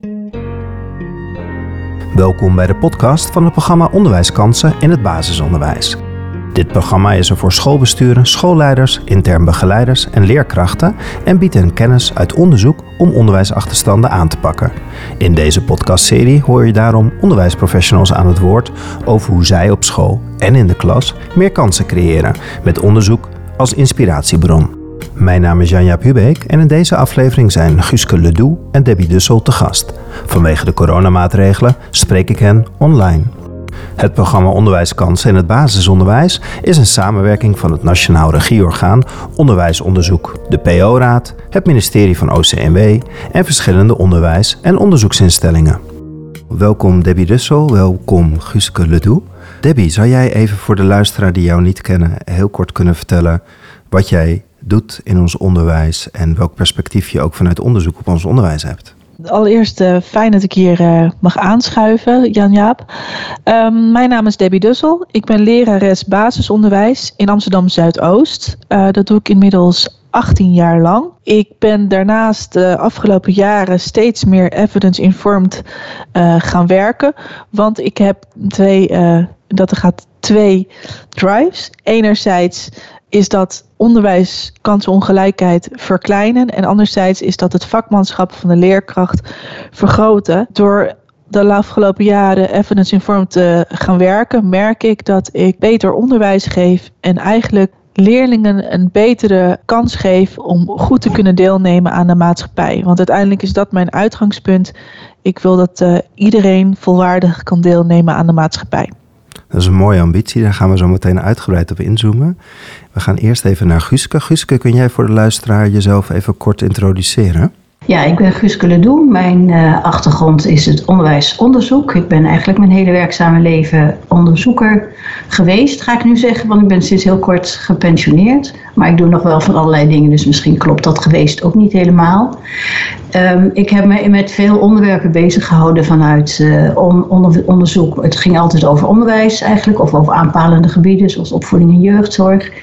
Welkom bij de podcast van het programma Onderwijskansen in het basisonderwijs. Dit programma is er voor schoolbesturen, schoolleiders, intern begeleiders en leerkrachten en biedt hen kennis uit onderzoek om onderwijsachterstanden aan te pakken. In deze podcastserie hoor je daarom onderwijsprofessionals aan het woord over hoe zij op school en in de klas meer kansen creëren, met onderzoek als inspiratiebron. Mijn naam is Jan-Jaap Hubeek en in deze aflevering zijn Guuske Ledoux en Debbie Dussel te gast. Vanwege de coronamaatregelen spreek ik hen online. Het programma Onderwijskansen in het basisonderwijs is een samenwerking van het Nationaal Regieorgaan Onderwijsonderzoek, de PO-raad, het ministerie van OCMW en verschillende onderwijs- en onderzoeksinstellingen. Welkom Debbie Dussel, welkom Guuske Ledoux. Debbie, zou jij even voor de luisteraar die jou niet kennen heel kort kunnen vertellen wat jij doet in ons onderwijs en welk perspectief je ook vanuit onderzoek op ons onderwijs hebt? Allereerst fijn dat ik hier mag aanschuiven, Jan-Jaap. Mijn naam is Debbie Dussel. Ik ben lerares basisonderwijs in Amsterdam Zuidoost. Dat doe ik inmiddels 18 jaar lang. Ik ben daarnaast de afgelopen jaren steeds meer evidence-informed gaan werken. Want ik heb twee drives. Enerzijds is dat onderwijs kansenongelijkheid verkleinen en anderzijds is dat het vakmanschap van de leerkracht vergroten. Door de afgelopen jaren evidence-informed te gaan werken, merk ik dat ik beter onderwijs geef en eigenlijk leerlingen een betere kans geef om goed te kunnen deelnemen aan de maatschappij. Want uiteindelijk is dat mijn uitgangspunt. Ik wil dat iedereen volwaardig kan deelnemen aan de maatschappij. Dat is een mooie ambitie, daar gaan we zo meteen uitgebreid op inzoomen. We gaan eerst even naar Guuske. Guuske, kun jij voor de luisteraar jezelf even kort introduceren? Ja, ik ben Guuske Ledoux. Mijn achtergrond is het onderwijsonderzoek. Ik ben eigenlijk mijn hele werkzame leven onderzoeker geweest, ga ik nu zeggen, want ik ben sinds heel kort gepensioneerd. Maar ik doe nog wel van allerlei dingen, dus misschien klopt dat geweest ook niet helemaal. Ik heb me met veel onderwerpen bezig gehouden vanuit onderzoek. Het ging altijd over onderwijs eigenlijk, of over aanpalende gebieden zoals opvoeding en jeugdzorg.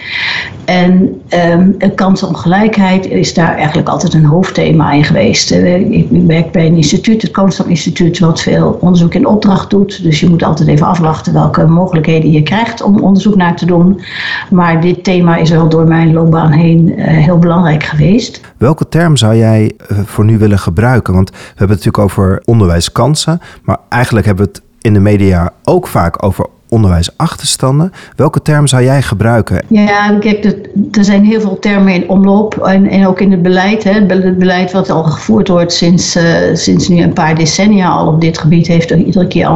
En kansenongelijkheid is daar eigenlijk altijd een hoofdthema in geweest. Ik werk bij een instituut, het Koonstam Instituut, wat veel onderzoek in opdracht doet. Dus je moet altijd even afwachten welke mogelijkheden je krijgt om onderzoek naar te doen. Maar dit thema is wel door mijn loopbaan heen heel belangrijk geweest. Welke term zou jij voor nu willen gebruiken? Want we hebben het natuurlijk over onderwijskansen, maar eigenlijk hebben we het in de media ook vaak over onderwijsachterstanden. Welke term zou jij gebruiken? Ja, kijk, er zijn heel veel termen in omloop en ook in het beleid. Het beleid wat al gevoerd wordt sinds nu een paar decennia al op dit gebied heeft er iedere keer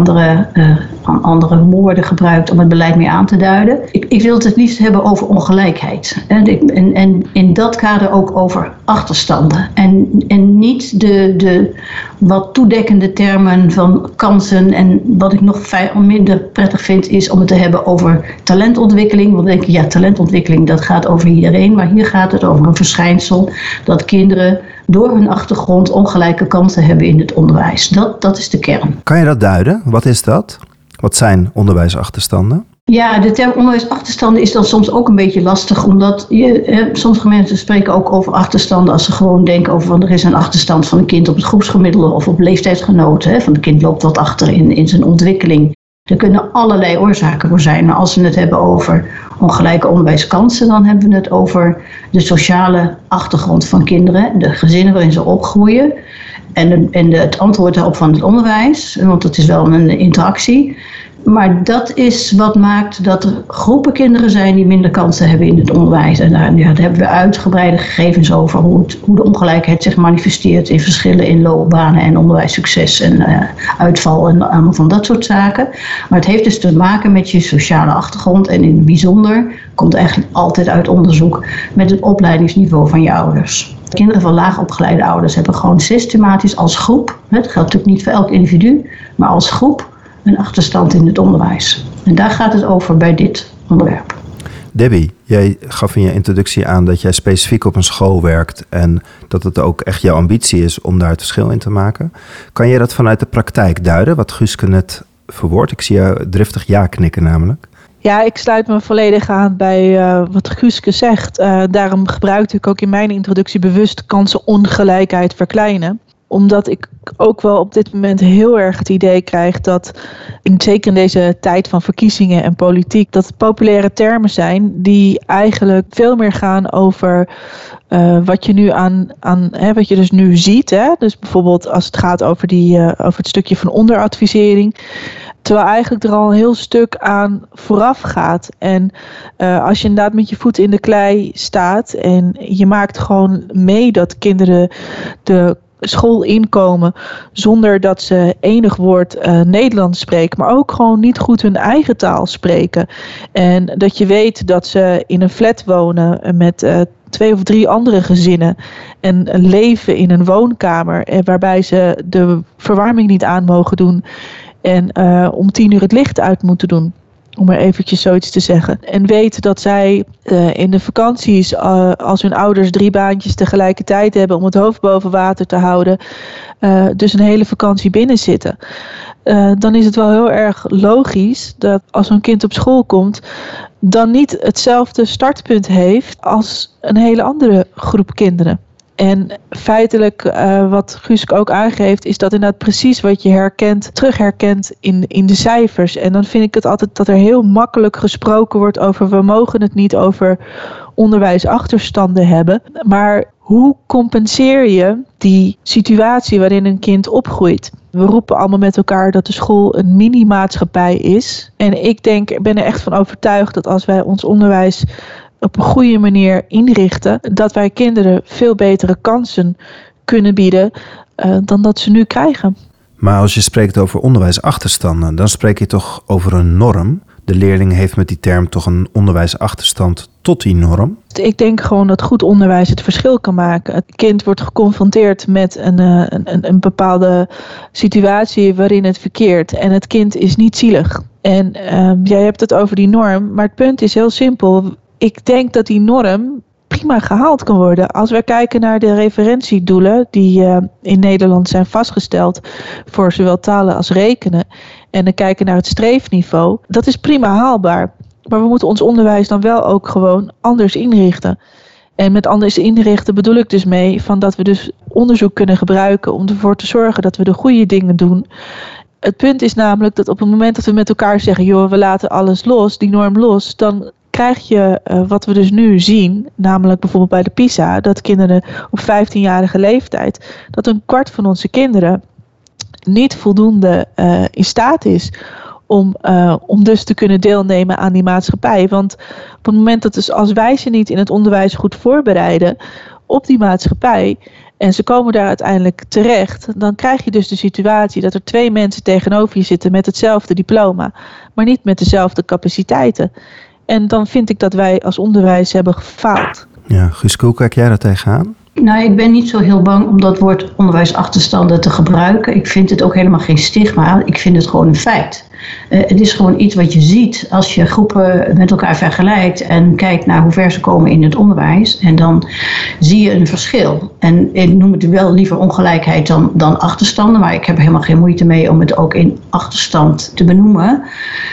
andere woorden gebruikt om het beleid mee aan te duiden. Ik wil het liefst hebben over ongelijkheid. En in dat kader ook over achterstanden. En niet de wat toedekkende termen van kansen. En wat ik nog minder prettig vind is om het te hebben over talentontwikkeling. Want dan denk je, ja, talentontwikkeling dat gaat over iedereen. Maar hier gaat het over een verschijnsel dat kinderen door hun achtergrond ongelijke kansen hebben in het onderwijs. Dat is de kern. Kan je dat duiden? Wat is dat? Wat zijn onderwijsachterstanden? Ja, de term onderwijsachterstanden is dan soms ook een beetje lastig, omdat sommige mensen spreken ook over achterstanden als ze gewoon denken over, er is een achterstand van een kind op het groepsgemiddelde of op leeftijdsgenoten. Van een kind loopt wat achter in zijn ontwikkeling. Er kunnen allerlei oorzaken voor zijn. Maar als we het hebben over ongelijke onderwijskansen, dan hebben we het over de sociale achtergrond van kinderen, de gezinnen waarin ze opgroeien en het antwoord daarop van het onderwijs, want het is wel een interactie. Maar dat is wat maakt dat er groepen kinderen zijn die minder kansen hebben in het onderwijs. En daar hebben we uitgebreide gegevens over hoe de ongelijkheid zich manifesteert in verschillen in loopbanen en onderwijssucces en uitval en allemaal van dat soort zaken. Maar het heeft dus te maken met je sociale achtergrond en in het bijzonder komt eigenlijk altijd uit onderzoek met het opleidingsniveau van je ouders. Kinderen van laag opgeleide ouders hebben gewoon systematisch als groep, het geldt natuurlijk niet voor elk individu, maar als groep een achterstand in het onderwijs. En daar gaat het over bij dit onderwerp. Debbie, jij gaf in je introductie aan dat jij specifiek op een school werkt en dat het ook echt jouw ambitie is om daar het verschil in te maken. Kan je dat vanuit de praktijk duiden, wat Guuske net verwoordt? Ik zie jou driftig ja knikken namelijk. Ja, ik sluit me volledig aan bij wat Guuske zegt. Daarom gebruikte ik ook in mijn introductie bewust kansenongelijkheid verkleinen. Omdat ik ook wel op dit moment heel erg het idee krijg dat, zeker in deze tijd van verkiezingen en politiek, dat het populaire termen zijn die eigenlijk veel meer gaan over wat je nu wat je dus nu ziet. Hè? Dus bijvoorbeeld als het gaat over het stukje van onderadvisering. Terwijl eigenlijk er al een heel stuk aan vooraf gaat. En als je inderdaad met je voeten in de klei staat en je maakt gewoon mee dat kinderen de school inkomen zonder dat ze enig woord Nederlands spreken, maar ook gewoon niet goed hun eigen taal spreken. En dat je weet dat ze in een flat wonen met 2 of 3 andere gezinnen en leven in een woonkamer waarbij ze de verwarming niet aan mogen doen en om 10 uur het licht uit moeten doen. Om maar eventjes zoiets te zeggen. En weet dat zij in de vakanties, als hun ouders 3 baantjes tegelijkertijd hebben om het hoofd boven water te houden, dus een hele vakantie binnen zitten. Dan is het wel heel erg logisch dat als zo'n kind op school komt, dan niet hetzelfde startpunt heeft als een hele andere groep kinderen. En feitelijk, wat Guuske ook aangeeft, is dat inderdaad precies wat je terugherkent in de cijfers. En dan vind ik het altijd dat er heel makkelijk gesproken wordt over, we mogen het niet over onderwijsachterstanden hebben. Maar hoe compenseer je die situatie waarin een kind opgroeit? We roepen allemaal met elkaar dat de school een mini-maatschappij is. En ik ben er echt van overtuigd dat als wij ons onderwijs op een goede manier inrichten, dat wij kinderen veel betere kansen kunnen bieden dan dat ze nu krijgen. Maar als je spreekt over onderwijsachterstanden, dan spreek je toch over een norm? De leerling heeft met die term toch een onderwijsachterstand tot die norm? Ik denk gewoon dat goed onderwijs het verschil kan maken. Het kind wordt geconfronteerd met een bepaalde situatie waarin het verkeert. En het kind is niet zielig. En jij hebt het over die norm, maar het punt is heel simpel. Ik denk dat die norm prima gehaald kan worden. Als we kijken naar de referentiedoelen die in Nederland zijn vastgesteld voor zowel talen als rekenen, en dan kijken naar het streefniveau, dat is prima haalbaar. Maar we moeten ons onderwijs dan wel ook gewoon anders inrichten. En met anders inrichten bedoel ik dus mee van dat we dus onderzoek kunnen gebruiken om ervoor te zorgen dat we de goede dingen doen. Het punt is namelijk dat op het moment dat we met elkaar zeggen, joh, we laten alles los, die norm los, dan krijg je wat we dus nu zien, namelijk bijvoorbeeld bij de PISA, dat kinderen op 15-jarige leeftijd, dat een kwart van onze kinderen niet voldoende in staat is om dus te kunnen deelnemen aan die maatschappij. Want op het moment dat dus als wij ze niet in het onderwijs goed voorbereiden op die maatschappij en ze komen daar uiteindelijk terecht, dan krijg je dus de situatie dat er 2 mensen tegenover je zitten met hetzelfde diploma, maar niet met dezelfde capaciteiten. En dan vind ik dat wij als onderwijs hebben gefaald. Ja, Guuske, hoe kijk jij daar tegenaan? Nou, ik ben niet zo heel bang om dat woord onderwijsachterstanden te gebruiken. Ik vind het ook helemaal geen stigma. Ik vind het gewoon een feit. Het is gewoon iets wat je ziet als je groepen met elkaar vergelijkt en kijkt naar hoe ver ze komen in het onderwijs. En dan zie je een verschil. En ik noem het wel liever ongelijkheid dan achterstanden, maar ik heb er helemaal geen moeite mee om het ook in achterstand te benoemen.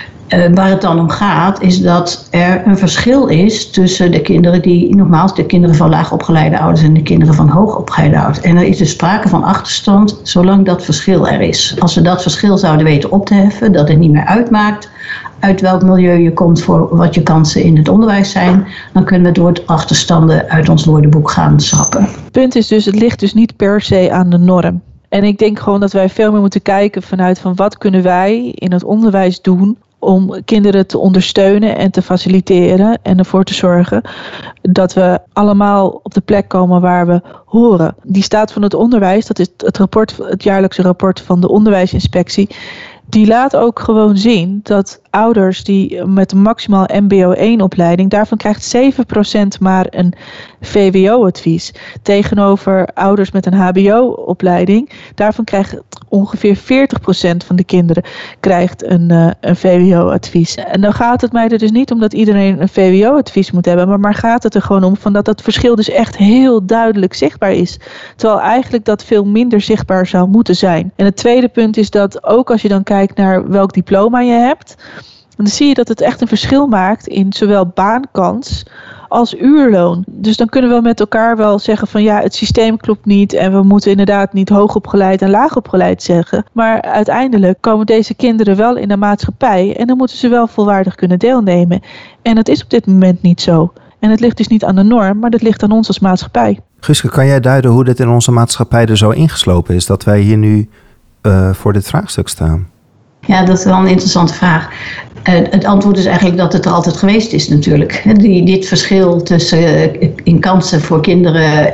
Waar het dan om gaat, is dat er een verschil is tussen de kinderen de kinderen van laagopgeleide ouders en de kinderen van hoogopgeleide ouders. En er is dus sprake van achterstand zolang dat verschil er is. Als we dat verschil zouden weten op te heffen, dat het niet meer uitmaakt uit welk milieu je komt voor wat je kansen in het onderwijs zijn, dan kunnen we het woord achterstanden uit ons woordenboek gaan schrappen. Het punt is dus, het ligt dus niet per se aan de norm. En ik denk gewoon dat wij veel meer moeten kijken vanuit van wat kunnen wij in het onderwijs doen om kinderen te ondersteunen en te faciliteren en ervoor te zorgen dat we allemaal op de plek komen waar we horen. Die staat van het onderwijs, dat is het jaarlijkse rapport van de onderwijsinspectie, die laat ook gewoon zien dat ouders die met een maximaal mbo 1 opleiding, daarvan krijgt 7% maar een VWO-advies. Tegenover ouders met een hbo-opleiding, daarvan krijgt ongeveer 40% van de kinderen krijgt een VWO-advies. En dan gaat het mij er dus niet om dat iedereen een VWO-advies moet hebben, maar gaat het er gewoon om van dat verschil dus echt heel duidelijk zichtbaar is. Terwijl eigenlijk dat veel minder zichtbaar zou moeten zijn. En het tweede punt is dat ook als je dan kijkt naar welk diploma je hebt, dan zie je dat het echt een verschil maakt in zowel baankans als uurloon. Dus dan kunnen we met elkaar wel zeggen van ja, het systeem klopt niet en we moeten inderdaad niet hoogopgeleid en laagopgeleid zeggen. Maar uiteindelijk komen deze kinderen wel in de maatschappij en dan moeten ze wel volwaardig kunnen deelnemen. En dat is op dit moment niet zo. En het ligt dus niet aan de norm, maar dat ligt aan ons als maatschappij. Guuske, kan jij duiden hoe dit in onze maatschappij er zo ingeslopen is dat wij hier nu voor dit vraagstuk staan? Ja, dat is wel een interessante vraag. Het antwoord is eigenlijk dat het er altijd geweest is natuurlijk. Dit verschil tussen in kansen voor kinderen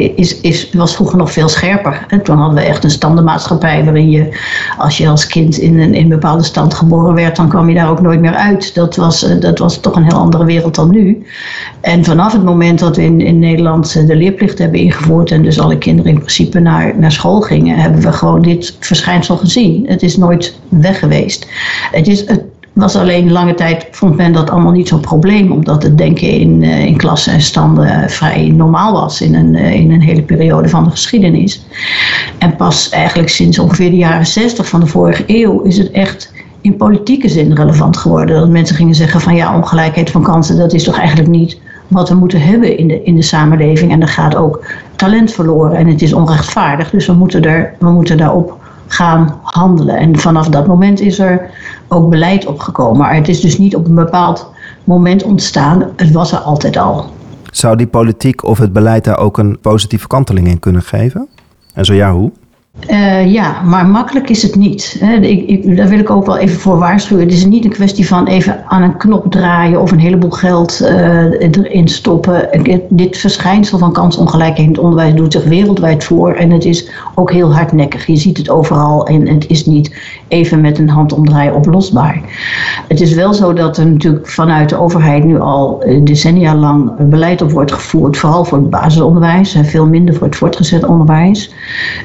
was vroeger nog veel scherper. En toen hadden we echt een standenmaatschappij waarin je, als je als kind in een bepaalde stand geboren werd, dan kwam je daar ook nooit meer uit. Dat was toch een heel andere wereld dan nu. En vanaf het moment dat we in Nederland de leerplicht hebben ingevoerd en dus alle kinderen in principe naar school gingen, hebben we gewoon dit verschijnsel gezien. Het is nooit weg geweest. Het was alleen lange tijd, vond men dat allemaal niet zo'n probleem, omdat het denken in klassen en standen vrij normaal was in een hele periode van de geschiedenis. En pas eigenlijk sinds ongeveer de jaren 60 van de vorige eeuw is het echt in politieke zin relevant geworden. Dat mensen gingen zeggen van ja, ongelijkheid van kansen, dat is toch eigenlijk niet wat we moeten hebben in de samenleving. En er gaat ook talent verloren en het is onrechtvaardig, dus we moeten daarop gaan handelen. En vanaf dat moment is er ook beleid opgekomen. Maar het is dus niet op een bepaald moment ontstaan. Het was er altijd al. Zou die politiek of het beleid daar ook een positieve kanteling in kunnen geven? En zo ja, hoe? Ja, maar makkelijk is het niet. Daar wil ik ook wel even voor waarschuwen. Het is niet een kwestie van even aan een knop draaien of een heleboel geld erin stoppen. Dit verschijnsel van kansongelijkheid in het onderwijs doet zich wereldwijd voor. En het is ook heel hardnekkig. Je ziet het overal en het is niet even met een handomdraai oplosbaar. Het is wel zo dat er natuurlijk vanuit de overheid nu al decennia lang beleid op wordt gevoerd. Vooral voor het basisonderwijs en veel minder voor het voortgezet onderwijs.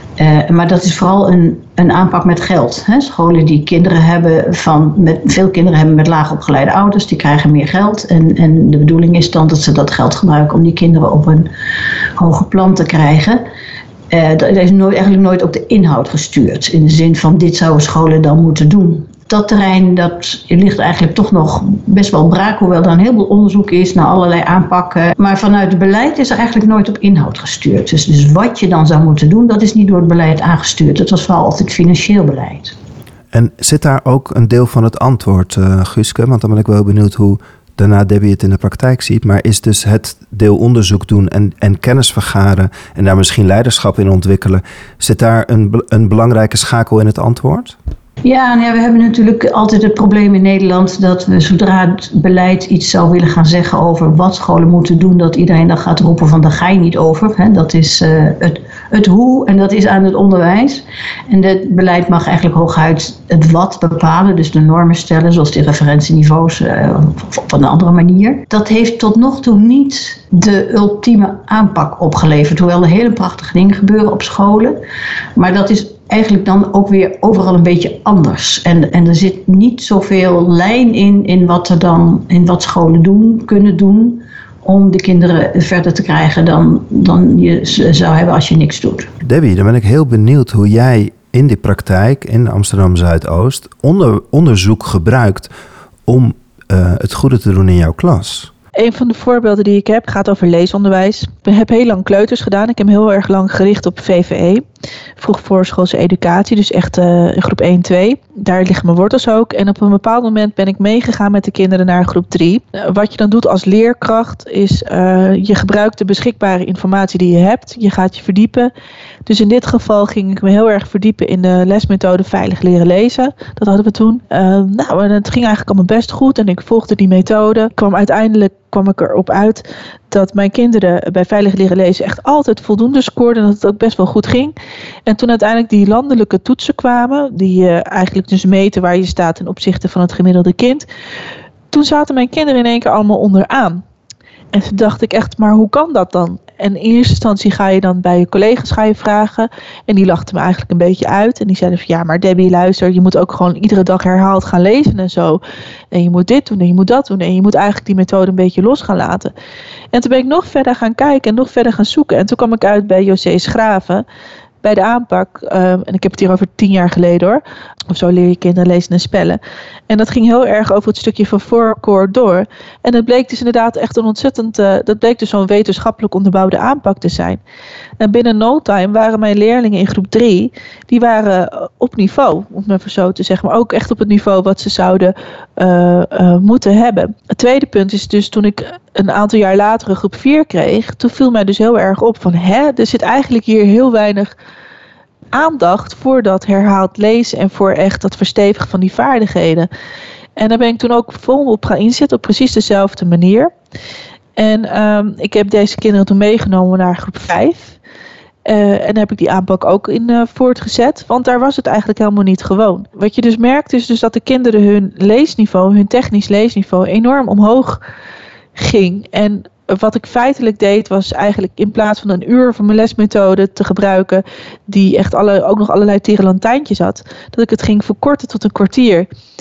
Maar dat is vooral een aanpak met geld. Scholen die kinderen hebben veel kinderen hebben met laag opgeleide ouders, die krijgen meer geld. En de bedoeling is dan dat ze dat geld gebruiken om die kinderen op een hoger plan te krijgen. Dat is eigenlijk nooit op de inhoud gestuurd. In de zin van dit zouden scholen dan moeten doen. Dat terrein dat ligt eigenlijk toch nog best wel braak, hoewel er een heleboel onderzoek is naar allerlei aanpakken. Maar vanuit het beleid is er eigenlijk nooit op inhoud gestuurd. Dus wat je dan zou moeten doen, dat is niet door het beleid aangestuurd. Het was vooral altijd financieel beleid. En zit daar ook een deel van het antwoord, Guuske? Want dan ben ik wel benieuwd hoe daarna Debbie het in de praktijk ziet. Maar is dus het deel onderzoek doen en kennis vergaren en daar misschien leiderschap in ontwikkelen, zit daar een belangrijke schakel in het antwoord? Ja, we hebben natuurlijk altijd het probleem in Nederland dat we zodra het beleid iets zou willen gaan zeggen over wat scholen moeten doen, dat iedereen dan gaat roepen van daar ga je niet over. Dat is het hoe en dat is aan het onderwijs. En het beleid mag eigenlijk hooguit het wat bepalen, dus de normen stellen zoals die referentieniveaus of op een andere manier. Dat heeft tot nog toe niet de ultieme aanpak opgeleverd, hoewel er hele prachtige dingen gebeuren op scholen. Maar dat is eigenlijk dan ook weer overal een beetje anders. En er zit niet zoveel lijn in wat scholen kunnen doen om de kinderen verder te krijgen dan je zou hebben als je niks doet. Debbie, dan ben ik heel benieuwd hoe jij in die praktijk in Amsterdam Zuidoost onderzoek gebruikt om het goede te doen in jouw klas. Een van de voorbeelden die ik heb gaat over leesonderwijs. Ik heb heel lang kleuters gedaan. Ik heb me heel erg lang gericht op VVE. Vroeg voorschoolse educatie, dus echt in groep 1, 2. Daar liggen mijn wortels ook. En op een bepaald moment ben ik meegegaan met de kinderen naar groep 3. Wat je dan doet als leerkracht is je gebruikt de beschikbare informatie die je hebt. Je gaat je verdiepen. Dus in dit geval ging ik me heel erg verdiepen in de lesmethode veilig leren lezen. Dat hadden we toen. En het ging eigenlijk allemaal best goed en ik volgde die methode. Uiteindelijk kwam ik erop uit dat mijn kinderen bij veilig leren lezen echt altijd voldoende scoorden en dat het ook best wel goed ging. En toen uiteindelijk die landelijke toetsen kwamen, die eigenlijk dus meten waar je staat ten opzichte van het gemiddelde kind, toen zaten mijn kinderen in één keer allemaal onderaan. En toen dacht ik echt, maar hoe kan dat dan? En in eerste instantie ga je dan bij je collega's vragen. En die lachten me eigenlijk een beetje uit. En die zeiden van ja, maar Debbie, luister, je moet ook gewoon iedere dag herhaald gaan lezen en zo. En je moet dit doen en je moet dat doen. En je moet eigenlijk die methode een beetje los gaan laten. En toen ben ik nog verder gaan kijken en nog verder gaan zoeken. En toen kwam ik uit bij José Schraven. bij de aanpak, en ik heb het hier over 10 jaar geleden hoor, of zo leer je kinderen lezen en spellen. En dat ging heel erg over het stukje van voorkoor door. En dat bleek dus inderdaad echt dat bleek dus zo'n wetenschappelijk onderbouwde aanpak te zijn. En binnen no time waren mijn leerlingen in groep 3, die waren op niveau, om het even zo te zeggen, maar ook echt op het niveau wat ze zouden moeten hebben. Het tweede punt is dus toen ik een aantal jaar later een groep 4 kreeg, toen viel mij dus heel erg op van er zit eigenlijk hier heel weinig aandacht voor dat herhaald lezen en voor echt dat verstevigen van die vaardigheden. En daar ben ik toen ook vol op gaan inzetten op precies dezelfde manier. En ik heb deze kinderen toen meegenomen naar groep 5. En daar heb ik die aanpak ook in voortgezet. Want daar was het eigenlijk helemaal niet gewoon. Wat je dus merkt is dus dat de kinderen hun leesniveau, hun technisch leesniveau enorm omhoog ging. En wat ik feitelijk deed was eigenlijk in plaats van een uur van mijn lesmethode te gebruiken, die echt ook nog allerlei tierenlantijntjes had, dat ik het ging verkorten tot een kwartier.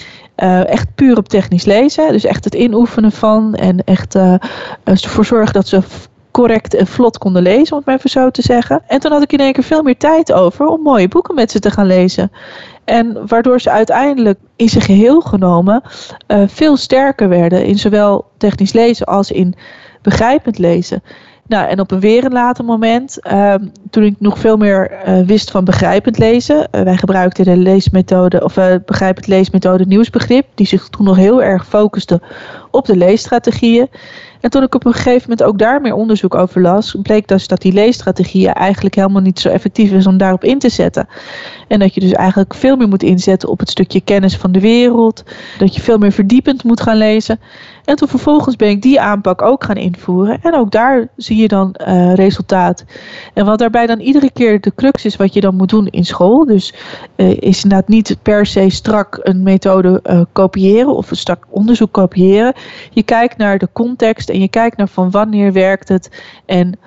Echt puur op technisch lezen. Dus echt het inoefenen van en echt ervoor zorgen dat ze correct en vlot konden lezen, om het maar even zo te zeggen. En toen had ik in één keer veel meer tijd over om mooie boeken met ze te gaan lezen. En waardoor ze uiteindelijk in zijn geheel genomen veel sterker werden in zowel technisch lezen als in begrijpend lezen. Nou, en op weer een later moment, toen ik nog veel meer wist van begrijpend lezen. Wij gebruikten de leesmethode, begrijpend leesmethode nieuwsbegrip, die zich toen nog heel erg focuste op de leesstrategieën. En toen ik op een gegeven moment ook daar meer onderzoek over las, bleek dus dat die leesstrategieën eigenlijk helemaal niet zo effectief is om daarop in te zetten. En dat je dus eigenlijk veel meer moet inzetten op het stukje kennis van de wereld. Dat je veel meer verdiepend moet gaan lezen. En toen vervolgens ben ik die aanpak ook gaan invoeren. En ook daar zie je dan resultaat. En wat daarbij dan iedere keer de crux is wat je dan moet doen in school. Dus is inderdaad niet per se strak een methode kopiëren of een strak onderzoek kopiëren. Je kijkt naar de context en je kijkt naar van wanneer werkt het en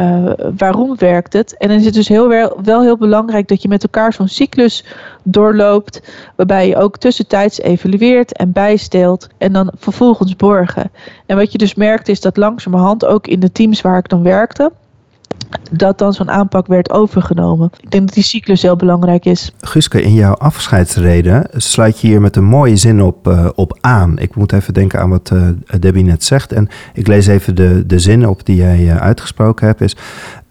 waarom werkt het. En dan is het dus wel heel belangrijk dat je met elkaar zo'n cyclus doorloopt, waarbij je ook tussentijds evalueert en bijstelt en dan vervolgens borgen. En wat je dus merkt is dat langzamerhand ook in de teams waar ik dan werkte, dat dan zo'n aanpak werd overgenomen. Ik denk dat die cyclus heel belangrijk is. Guuske, in jouw afscheidsrede sluit je hier met een mooie zin op aan. Ik moet even denken aan wat Debbie net zegt. En ik lees even de zin op die jij uitgesproken hebt. Is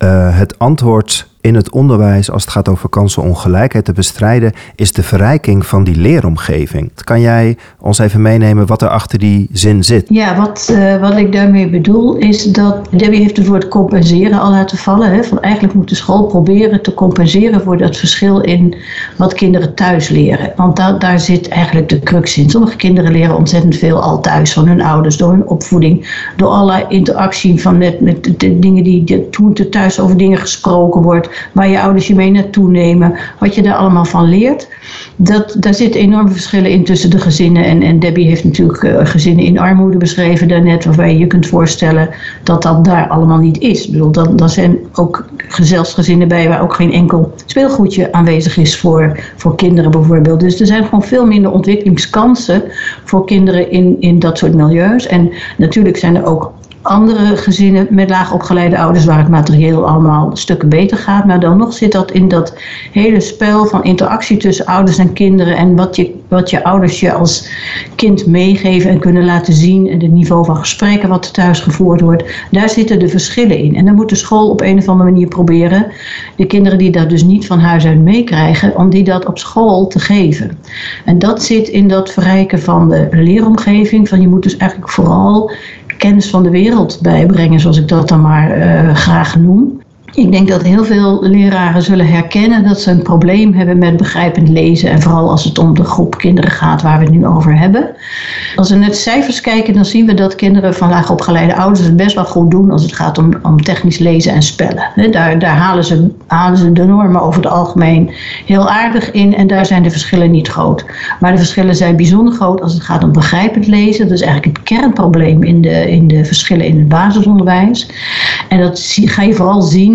het antwoord in het onderwijs, als het gaat over kansenongelijkheid te bestrijden, is de verrijking van die leeromgeving. Kan jij ons even meenemen wat er achter die zin zit? Ja, wat ik daarmee bedoel is dat Debbie heeft het woord compenseren al laten vallen. Hè, van eigenlijk moet de school proberen te compenseren voor dat verschil in wat kinderen thuis leren. Want daar zit eigenlijk de crux in. Sommige kinderen leren ontzettend veel al thuis van hun ouders, door hun opvoeding, door alle interactie van met de dingen die toen thuis over dingen gesproken wordt, waar je ouders je mee naartoe nemen, wat je daar allemaal van leert. Daar zitten enorme verschillen in tussen de gezinnen. En Debbie heeft natuurlijk gezinnen in armoede beschreven daarnet, waarbij je je kunt voorstellen dat dat daar allemaal niet is. Ik bedoel, dan zijn ook gezelschapsgezinnen bij waar ook geen enkel speelgoedje aanwezig is voor kinderen bijvoorbeeld. Dus er zijn gewoon veel minder ontwikkelingskansen voor kinderen in dat soort milieus. En natuurlijk zijn er ook andere gezinnen met laag opgeleide ouders waar het materieel allemaal stukken beter gaat. Maar dan nog zit dat in dat hele spel van interactie tussen ouders en kinderen en wat je ouders je als kind meegeven en kunnen laten zien en het niveau van gesprekken wat er thuis gevoerd wordt. Daar zitten de verschillen in. En dan moet de school op een of andere manier proberen de kinderen die dat dus niet van huis uit meekrijgen, om die dat op school te geven. En dat zit in dat verrijken van de leeromgeving. Van je moet dus eigenlijk vooral kennis van de wereld bijbrengen, zoals ik dat dan maar graag noem. Ik denk dat heel veel leraren zullen herkennen dat ze een probleem hebben met begrijpend lezen. En vooral als het om de groep kinderen gaat waar we het nu over hebben. Als we naar de cijfers kijken, dan zien we dat kinderen van laag opgeleide ouders het best wel goed doen als het gaat om technisch lezen en spellen. Daar halen ze de normen over het algemeen heel aardig in en daar zijn de verschillen niet groot. Maar de verschillen zijn bijzonder groot als het gaat om begrijpend lezen. Dat is eigenlijk het kernprobleem in de verschillen in het basisonderwijs. En dat ga je vooral zien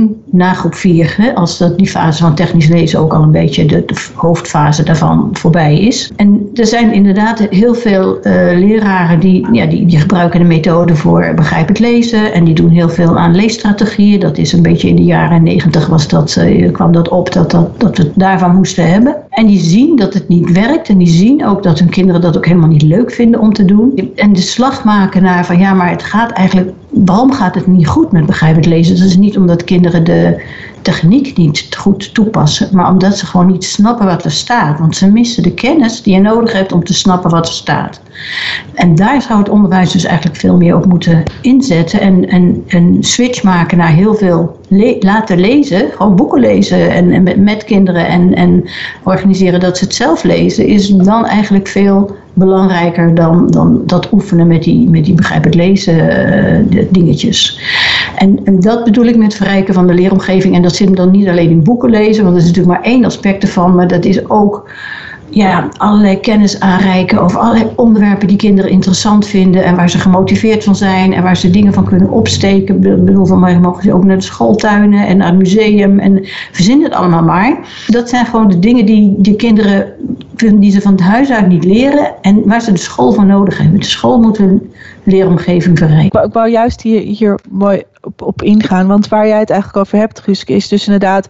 begin na groep 4, hè, als die fase van technisch lezen ook al een beetje de hoofdfase daarvan voorbij is. En er zijn inderdaad heel veel leraren die gebruiken de methode voor begrijpend lezen en die doen heel veel aan leesstrategieën. Dat is een beetje in de jaren 90 kwam dat op dat we het daarvan moesten hebben. En die zien dat het niet werkt en die zien ook dat hun kinderen dat ook helemaal niet leuk vinden om te doen. En de slag maken naar van maar het gaat eigenlijk, waarom gaat het niet goed met begrijpend lezen? Dat is niet omdat kinderen de techniek niet goed toepassen, maar omdat ze gewoon niet snappen wat er staat. Want ze missen de kennis die je nodig hebt om te snappen wat er staat. En daar zou het onderwijs dus eigenlijk veel meer op moeten inzetten en een switch maken naar heel veel laten lezen, gewoon boeken lezen en met kinderen en organiseren dat ze het zelf lezen, is dan eigenlijk veel belangrijker dan dat oefenen met die begrijpend lezen dingetjes. En dat bedoel ik met verrijken van de leeromgeving. En dat zit hem dan niet alleen in boeken lezen, want dat is natuurlijk maar één aspect ervan, maar dat is ook allerlei kennis aanreiken over allerlei onderwerpen die kinderen interessant vinden en waar ze gemotiveerd van zijn en waar ze dingen van kunnen opsteken. Ik bedoel, van mij mogen ze ook naar de schooltuinen en naar het museum en verzin het allemaal maar. Dat zijn gewoon de dingen die de kinderen die ze van het huis uit niet leren en waar ze de school voor nodig hebben. De school moet hun leeromgeving verrijken. Ik wou juist hier mooi op ingaan, want waar jij het eigenlijk over hebt, Guuske, is dus inderdaad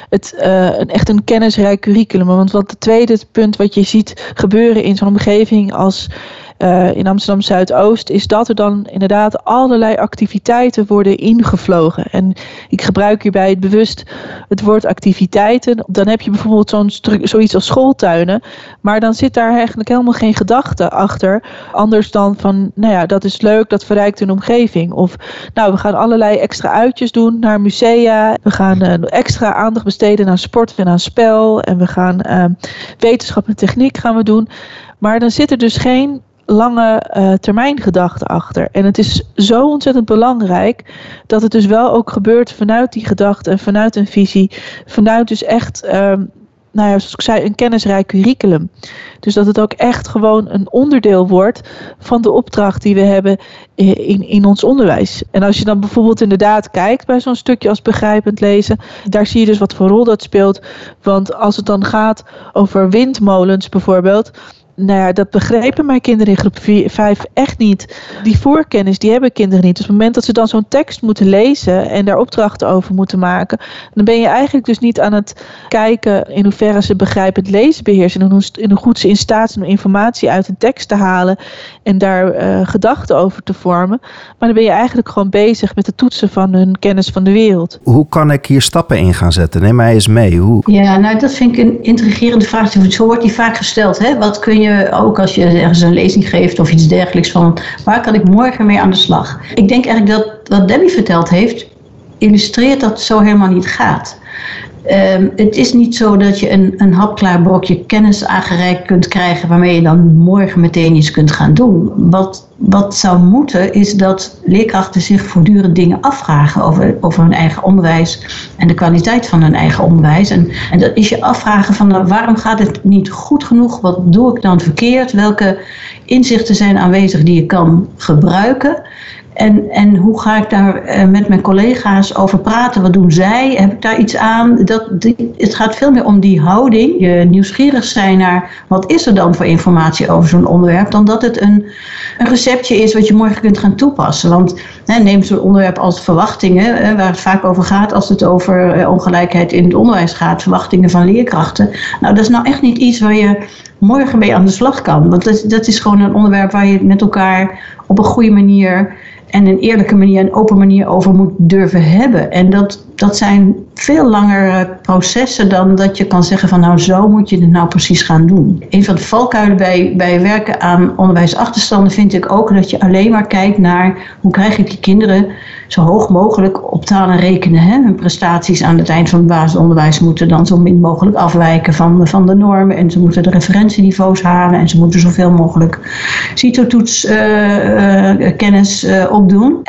echt een kennisrijk curriculum. Want het tweede punt wat je ziet gebeuren in zo'n omgeving als in Amsterdam Zuidoost, is dat er dan inderdaad allerlei activiteiten worden ingevlogen. En ik gebruik hierbij bewust het woord activiteiten. Dan heb je bijvoorbeeld zoiets als schooltuinen, maar dan zit daar eigenlijk helemaal geen gedachte achter. Anders dan van, dat is leuk, dat verrijkt een omgeving. Of, we gaan allerlei extra uitjes doen naar musea. We gaan extra aandacht besteden aan sport en aan spel. En we gaan wetenschap en techniek gaan we doen. Maar dan zit er dus geen lange termijn gedachte achter. En het is zo ontzettend belangrijk dat het dus wel ook gebeurt vanuit die gedachte en vanuit een visie. Vanuit dus echt, zoals ik zei, een kennisrijk curriculum. Dus dat het ook echt gewoon een onderdeel wordt van de opdracht die we hebben in ons onderwijs. En als je dan bijvoorbeeld inderdaad kijkt bij zo'n stukje als begrijpend lezen, daar zie je dus wat voor rol dat speelt. Want als het dan gaat over windmolens bijvoorbeeld, dat begrepen mijn kinderen in groep 5 echt niet. Die voorkennis, die hebben kinderen niet. Dus op het moment dat ze dan zo'n tekst moeten lezen en daar opdrachten over moeten maken, dan ben je eigenlijk dus niet aan het kijken in hoeverre ze begrijpend lezen beheersen en hoe goed ze in staat zijn om informatie uit een tekst te halen en daar gedachten over te vormen. Maar dan ben je eigenlijk gewoon bezig met het toetsen van hun kennis van de wereld. Hoe kan ik hier stappen in gaan zetten? Neem mij eens mee. Ja, dat vind ik een intrigerende vraag. Zo wordt die vaak gesteld. Hè? Wat kun je ook als je ergens een lezing geeft of iets dergelijks van, waar kan ik morgen mee aan de slag? Ik denk eigenlijk dat wat Debbie verteld heeft, illustreert dat het zo helemaal niet gaat. Het is niet zo dat je een hapklaar brokje kennis aangereikt kunt krijgen waarmee je dan morgen meteen iets kunt gaan doen. Wat zou moeten is dat leerkrachten zich voortdurend dingen afvragen over hun eigen onderwijs en de kwaliteit van hun eigen onderwijs. En dat is je afvragen van waarom gaat het niet goed genoeg? Wat doe ik dan verkeerd? Welke inzichten zijn aanwezig die je kan gebruiken? En hoe ga ik daar met mijn collega's over praten? Wat doen zij? Heb ik daar iets aan? Het gaat veel meer om die houding. Je nieuwsgierig zijn naar wat is er dan voor informatie over zo'n onderwerp, dan dat het een receptje is wat je morgen kunt gaan toepassen. Want neem zo'n onderwerp als verwachtingen, waar het vaak over gaat als het over ongelijkheid in het onderwijs gaat, verwachtingen van leerkrachten. Dat is nou echt niet iets waar je morgen mee aan de slag kan. Want dat is gewoon een onderwerp waar je met elkaar op een goede manier en een eerlijke manier, een open manier over moet durven hebben. En dat zijn veel langere processen dan dat je kan zeggen van zo moet je het nou precies gaan doen. Een van de valkuilen bij werken aan onderwijsachterstanden vind ik ook dat je alleen maar kijkt naar hoe krijg ik die kinderen zo hoog mogelijk op taal en rekenen. Hun prestaties aan het eind van het basisonderwijs moeten dan zo min mogelijk afwijken van de normen en ze moeten de referentieniveaus halen en ze moeten zoveel mogelijk CITO-toets kennis opdoen. En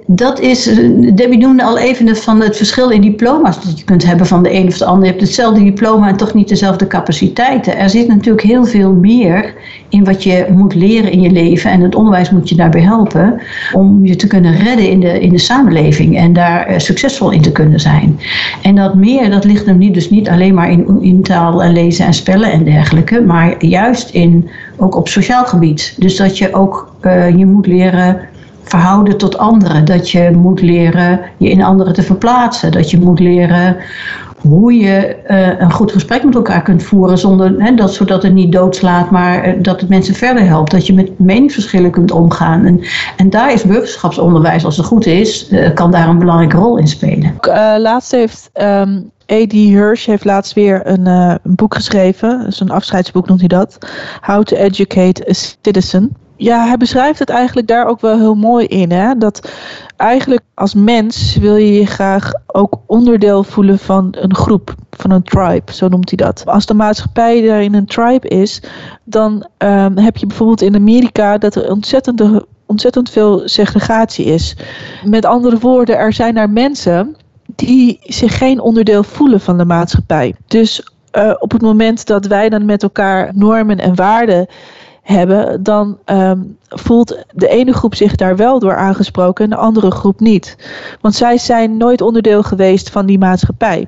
Dat is, Debbie noemde al even van het verschil in diploma's dat je kunt hebben van de een of de ander. Je hebt hetzelfde diploma en toch niet dezelfde capaciteiten. Er zit natuurlijk heel veel meer in wat je moet leren in je leven. En het onderwijs moet je daarbij helpen om je te kunnen redden in de samenleving. En daar succesvol in te kunnen zijn. En dat meer, dat ligt hem dus niet alleen maar in taal en lezen en spellen en dergelijke. Maar juist ook op sociaal gebied. Dus dat je ook je moet leren verhouden tot anderen. Dat je moet leren je in anderen te verplaatsen. Dat je moet leren hoe je een goed gesprek met elkaar kunt voeren zodat het niet doodslaat, maar dat het mensen verder helpt. Dat je met meningsverschillen kunt omgaan. En daar is burgerschapsonderwijs, als het goed is, kan daar een belangrijke rol in spelen. Laatst heeft A.D. Hirsch laatst weer een boek geschreven. Dus een afscheidsboek noemt hij dat. How to Educate a Citizen. Ja, hij beschrijft het eigenlijk daar ook wel heel mooi in. Hè? Dat eigenlijk als mens wil je je graag ook onderdeel voelen van een groep, van een tribe, zo noemt hij dat. Als de maatschappij daarin een tribe is, dan heb je bijvoorbeeld in Amerika dat er ontzettend veel segregatie is. Met andere woorden, er zijn daar mensen die zich geen onderdeel voelen van de maatschappij. Dus op het moment dat wij dan met elkaar normen en waarden hebben, dan voelt de ene groep zich daar wel door aangesproken en de andere groep niet. Want zij zijn nooit onderdeel geweest van die maatschappij.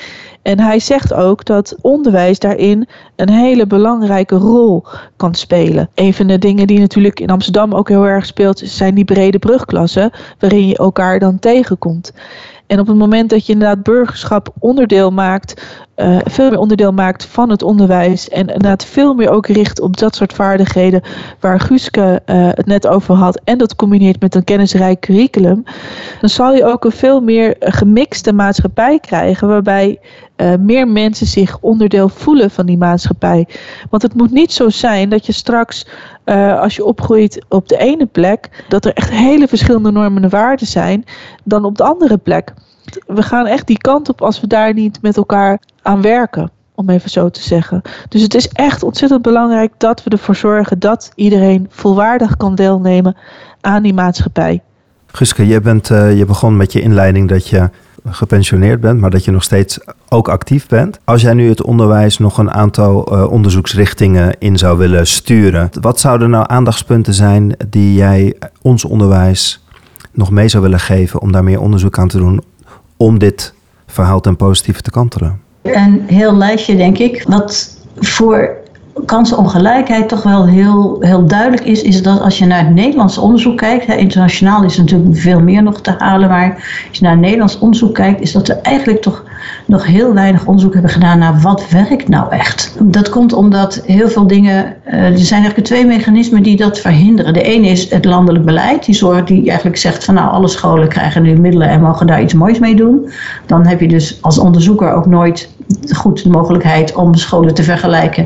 En hij zegt ook dat onderwijs daarin een hele belangrijke rol kan spelen. Een van de dingen die natuurlijk in Amsterdam ook heel erg speelt, zijn die brede brugklassen, waarin je elkaar dan tegenkomt. En op het moment dat je inderdaad burgerschap onderdeel maakt, veel meer onderdeel maakt van het onderwijs en inderdaad veel meer ook richt op dat soort vaardigheden waar Guuske het net over had en dat combineert met een kennisrijk curriculum, dan zal je ook een veel meer gemixte maatschappij krijgen waarbij meer mensen zich onderdeel voelen van die maatschappij. Want het moet niet zo zijn dat je straks, als je opgroeit op de ene plek, dat er echt hele verschillende normen en waarden zijn dan op de andere plek. We gaan echt die kant op als we daar niet met elkaar aan werken, om even zo te zeggen. Dus het is echt ontzettend belangrijk dat we ervoor zorgen dat iedereen volwaardig kan deelnemen aan die maatschappij. Guuske, je begon met je inleiding dat je gepensioneerd bent, maar dat je nog steeds ook actief bent. Als jij nu het onderwijs nog een aantal onderzoeksrichtingen in zou willen sturen, wat zouden nou aandachtspunten zijn die jij ons onderwijs nog mee zou willen geven om daar meer onderzoek aan te doen, om dit verhaal ten positieve te kantelen? Een heel lijstje, denk ik. Wat voor kansenongelijkheid toch wel heel duidelijk is dat als je naar het Nederlandse onderzoek kijkt, internationaal is er natuurlijk veel meer nog te halen, maar als je naar het Nederlands onderzoek kijkt, is dat we eigenlijk toch nog heel weinig onderzoek hebben gedaan naar wat werkt nou echt. Dat komt omdat heel veel dingen, er zijn eigenlijk 2 mechanismen die dat verhinderen. De ene is het landelijk beleid, die eigenlijk zegt van alle scholen krijgen nu middelen en mogen daar iets moois mee doen. Dan heb je dus als onderzoeker ook nooit goed de mogelijkheid om scholen te vergelijken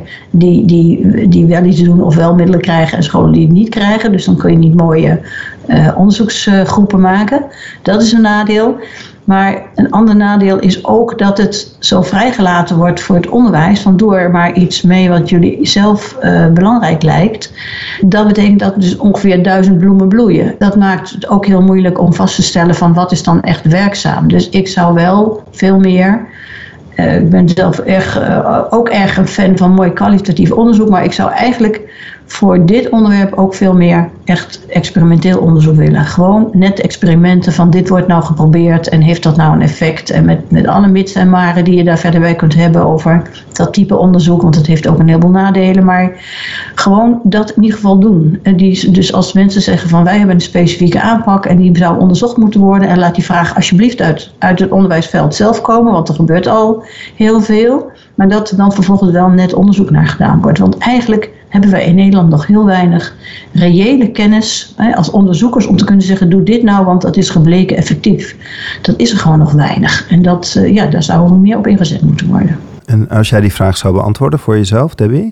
die wel iets doen of wel middelen krijgen en scholen die het niet krijgen. Dus dan kun je niet mooie onderzoeksgroepen maken. Dat is een nadeel. Maar een ander nadeel is ook dat het zo vrijgelaten wordt voor het onderwijs. Van doe er maar iets mee wat jullie zelf belangrijk lijkt. Dat betekent dat dus ongeveer 1000 bloemen bloeien. Dat maakt het ook heel moeilijk om vast te stellen van wat is dan echt werkzaam. Dus ik zou wel veel meer. Ik ben zelf ook erg een fan van mooi kwalitatief onderzoek. Maar ik zou eigenlijk voor dit onderwerp ook veel meer echt experimenteel onderzoek willen. Gewoon net experimenten van dit wordt nou geprobeerd en heeft dat nou een effect. En met alle mits en maren die je daar verder bij kunt hebben over dat type onderzoek. Want het heeft ook een heleboel nadelen. Maar gewoon dat in ieder geval doen. En dus als mensen zeggen van wij hebben een specifieke aanpak en die zou onderzocht moeten worden. En laat die vraag alsjeblieft uit het onderwijsveld zelf komen. Want er gebeurt al heel veel. Maar dat er dan vervolgens wel net onderzoek naar gedaan wordt. Want eigenlijk hebben wij in Nederland nog heel weinig reële kennis als onderzoekers om te kunnen zeggen doe dit nou, want dat is gebleken effectief. Dat is er gewoon nog weinig. En daar zouden we meer op ingezet moeten worden. En als jij die vraag zou beantwoorden voor jezelf, Debbie?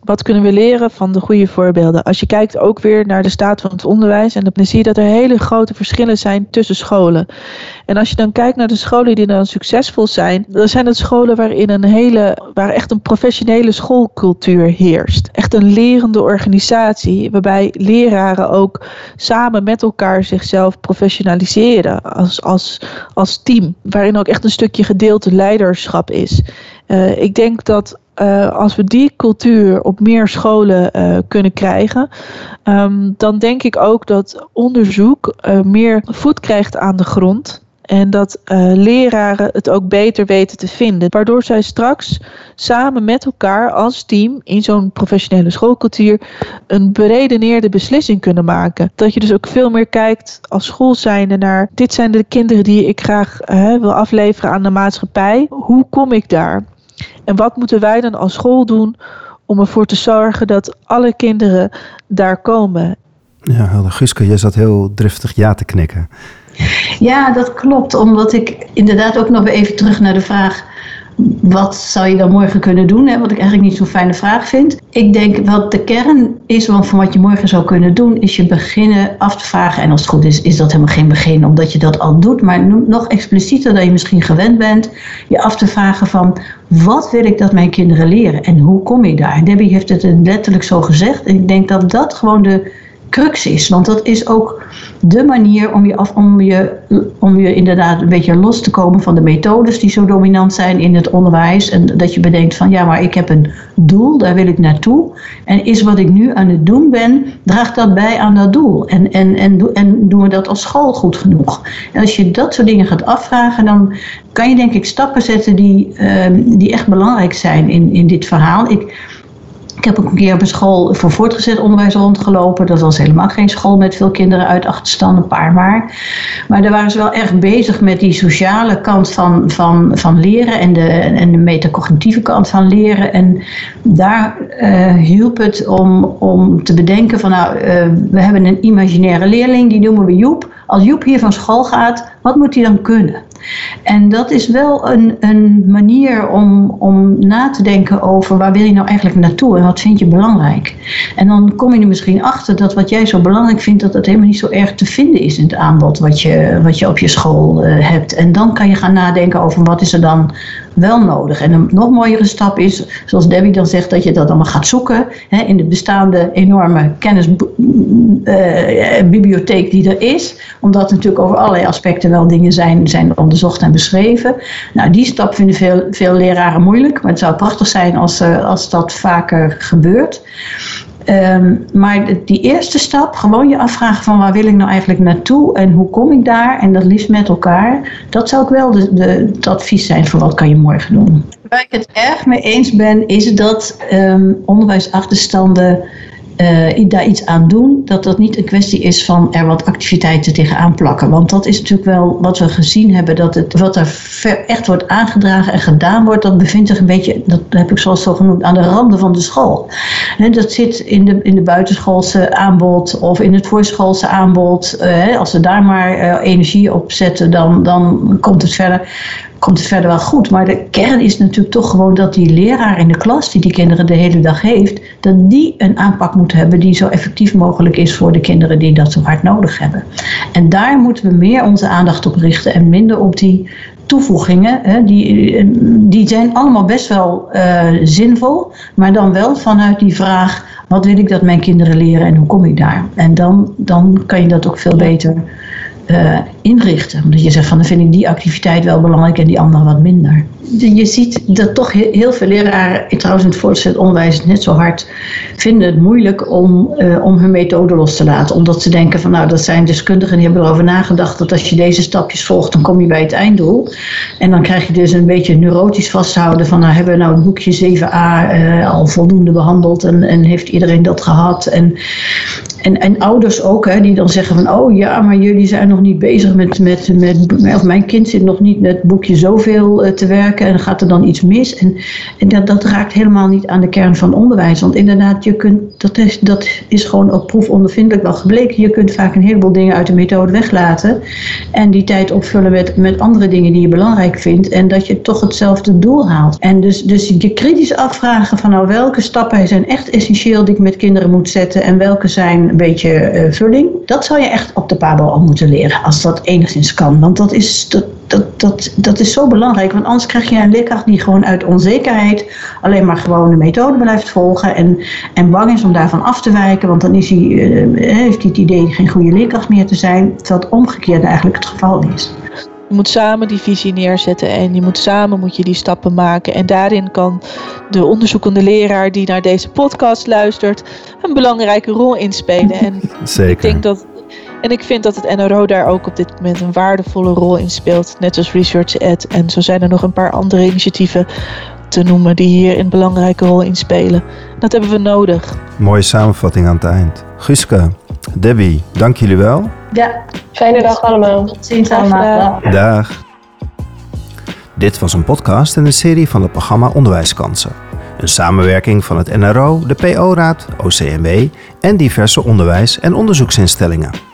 Wat kunnen we leren van de goede voorbeelden? Als je kijkt ook weer naar de staat van het onderwijs, en dan zie je dat er hele grote verschillen zijn tussen scholen. En als je dan kijkt naar de scholen die dan succesvol zijn, dan zijn het scholen waar echt een professionele schoolcultuur heerst. Echt een lerende organisatie, waarbij leraren ook samen met elkaar zichzelf professionaliseren als team. Waarin ook echt een stukje gedeeld leiderschap is. Ik denk dat als we die cultuur op meer scholen kunnen krijgen, dan denk ik ook dat onderzoek meer voet krijgt aan de grond. En dat leraren het ook beter weten te vinden. Waardoor zij straks samen met elkaar als team in zo'n professionele schoolcultuur een beredeneerde beslissing kunnen maken. Dat je dus ook veel meer kijkt als school zijnde naar: dit zijn de kinderen die ik graag wil afleveren aan de maatschappij. Hoe kom ik daar? En wat moeten wij dan als school doen om ervoor te zorgen dat alle kinderen daar komen? Ja, helder. Guuske, jij zat heel driftig ja te knikken. Ja, dat klopt. Omdat ik inderdaad ook nog weer even terug naar de vraag: wat zou je dan morgen kunnen doen? Wat ik eigenlijk niet zo'n fijne vraag vind. Ik denk wat de kern is van wat je morgen zou kunnen doen, is je beginnen af te vragen. En als het goed is dat helemaal geen begin, omdat je dat al doet. Maar nog explicieter dan je misschien gewend bent, je af te vragen van: wat wil ik dat mijn kinderen leren? En hoe kom ik daar? Debbie heeft het letterlijk zo gezegd. En ik denk dat dat gewoon de crux is. Want dat is ook de manier om je inderdaad een beetje los te komen van de methodes die zo dominant zijn in het onderwijs. En dat je bedenkt van: ja, maar ik heb een doel, daar wil ik naartoe. En is wat ik nu aan het doen ben, draagt dat bij aan dat doel? En doen we dat als school goed genoeg? En als je dat soort dingen gaat afvragen, dan kan je denk ik stappen zetten die echt belangrijk zijn in dit verhaal. Ik heb ook een keer op een school voor voortgezet onderwijs rondgelopen. Dat was helemaal geen school met veel kinderen uit achterstand, een paar maar daar waren ze wel echt bezig met die sociale kant van leren en de metacognitieve kant van leren. En daar hielp het om te bedenken van: we hebben een imaginaire leerling, die noemen we Joep. Als Joep hier van school gaat, wat moet hij dan kunnen? En dat is wel een manier om na te denken over: waar wil je nou eigenlijk naartoe en wat vind je belangrijk? En dan kom je er misschien achter dat wat jij zo belangrijk vindt, dat het helemaal niet zo erg te vinden is in het aanbod wat je op je school hebt. En dan kan je gaan nadenken over: wat is er dan wel nodig? En een nog mooiere stap is, zoals Debbie dan zegt, dat je dat allemaal gaat zoeken in de bestaande enorme kennisbibliotheek die er is. Omdat natuurlijk over allerlei aspecten wel dingen zijn onderzocht en beschreven. Nou, die stap vinden veel leraren moeilijk. Maar het zou prachtig zijn als dat vaker gebeurt. Maar die eerste stap, gewoon je afvragen van: waar wil ik nou eigenlijk naartoe en hoe kom ik daar? En dat liefst met elkaar. Dat zou ook wel het advies zijn voor wat kan je morgen doen. Waar ik het erg mee eens ben, is dat onderwijsachterstanden daar iets aan doen, dat niet een kwestie is van er wat activiteiten tegenaan plakken. Want dat is natuurlijk wel wat we gezien hebben, dat wat er echt wordt aangedragen en gedaan wordt, dat bevindt zich een beetje, dat heb ik zoals zo genoemd, aan de randen van de school. Dat zit in de buitenschoolse aanbod of in het voorschoolse aanbod. Als ze daar maar energie op zetten, dan komt het verder wel goed. Maar de kern is natuurlijk toch gewoon dat die leraar in de klas die kinderen de hele dag heeft, dat die een aanpak moet hebben die zo effectief mogelijk is voor de kinderen die dat zo hard nodig hebben. En daar moeten we meer onze aandacht op richten en minder op die toevoegingen. Die zijn allemaal best wel zinvol, maar dan wel vanuit die vraag: wat wil ik dat mijn kinderen leren en hoe kom ik daar? En dan kan je dat ook veel beter inrichten. Omdat je zegt van: dan vind ik die activiteit wel belangrijk en die andere wat minder. Je ziet dat toch heel veel leraren, trouwens in het voortgezet onderwijs net zo hard, vinden het moeilijk om hun methode los te laten. Omdat ze denken van: nou, dat zijn deskundigen die hebben erover nagedacht dat als je deze stapjes volgt, dan kom je bij het einddoel. En dan krijg je dus een beetje neurotisch vasthouden van: nou, hebben we nou het boekje 7a al voldoende behandeld en heeft iedereen dat gehad? En ouders ook, hè, die dan zeggen van, oh ja, maar jullie zijn nog niet bezig met of mijn kind zit nog niet met boekje zoveel te werken en gaat er dan iets mis. En dat raakt helemaal niet aan de kern van onderwijs. Want inderdaad, dat is gewoon op proefondervindelijk wel gebleken. Je kunt vaak een heleboel dingen uit de methode weglaten en die tijd opvullen met andere dingen die je belangrijk vindt en dat je toch hetzelfde doel haalt. En dus je kritisch afvragen van nou welke stappen zijn echt essentieel die ik met kinderen moet zetten en welke zijn een beetje vulling. Dat zou je echt op de PABO al moeten leren, als dat enigszins kan. Want dat is zo belangrijk, want anders krijg je een leerkracht die gewoon uit onzekerheid alleen maar gewoon de methode blijft volgen en bang is om daarvan af te wijken, want dan heeft hij het idee geen goede leerkracht meer te zijn, terwijl het omgekeerde eigenlijk het geval is. Je moet samen die visie neerzetten en moet je die stappen maken. En daarin kan de onderzoekende leraar die naar deze podcast luistert een belangrijke rol inspelen. En Zeker. Ik vind dat het NRO daar ook op dit moment een waardevolle rol in speelt. Net als Research Ed. En zo zijn er nog een paar andere initiatieven te noemen die hier een belangrijke rol in spelen. Dat hebben we nodig. Mooie samenvatting aan het eind. Guuske, Debbie, dank jullie wel. Ja. Fijne dag allemaal. Tot ziens allemaal. Dag. Dit was een podcast in de serie van het programma Onderwijskansen. Een samenwerking van het NRO, de PO-raad, OCMW en diverse onderwijs- en onderzoeksinstellingen.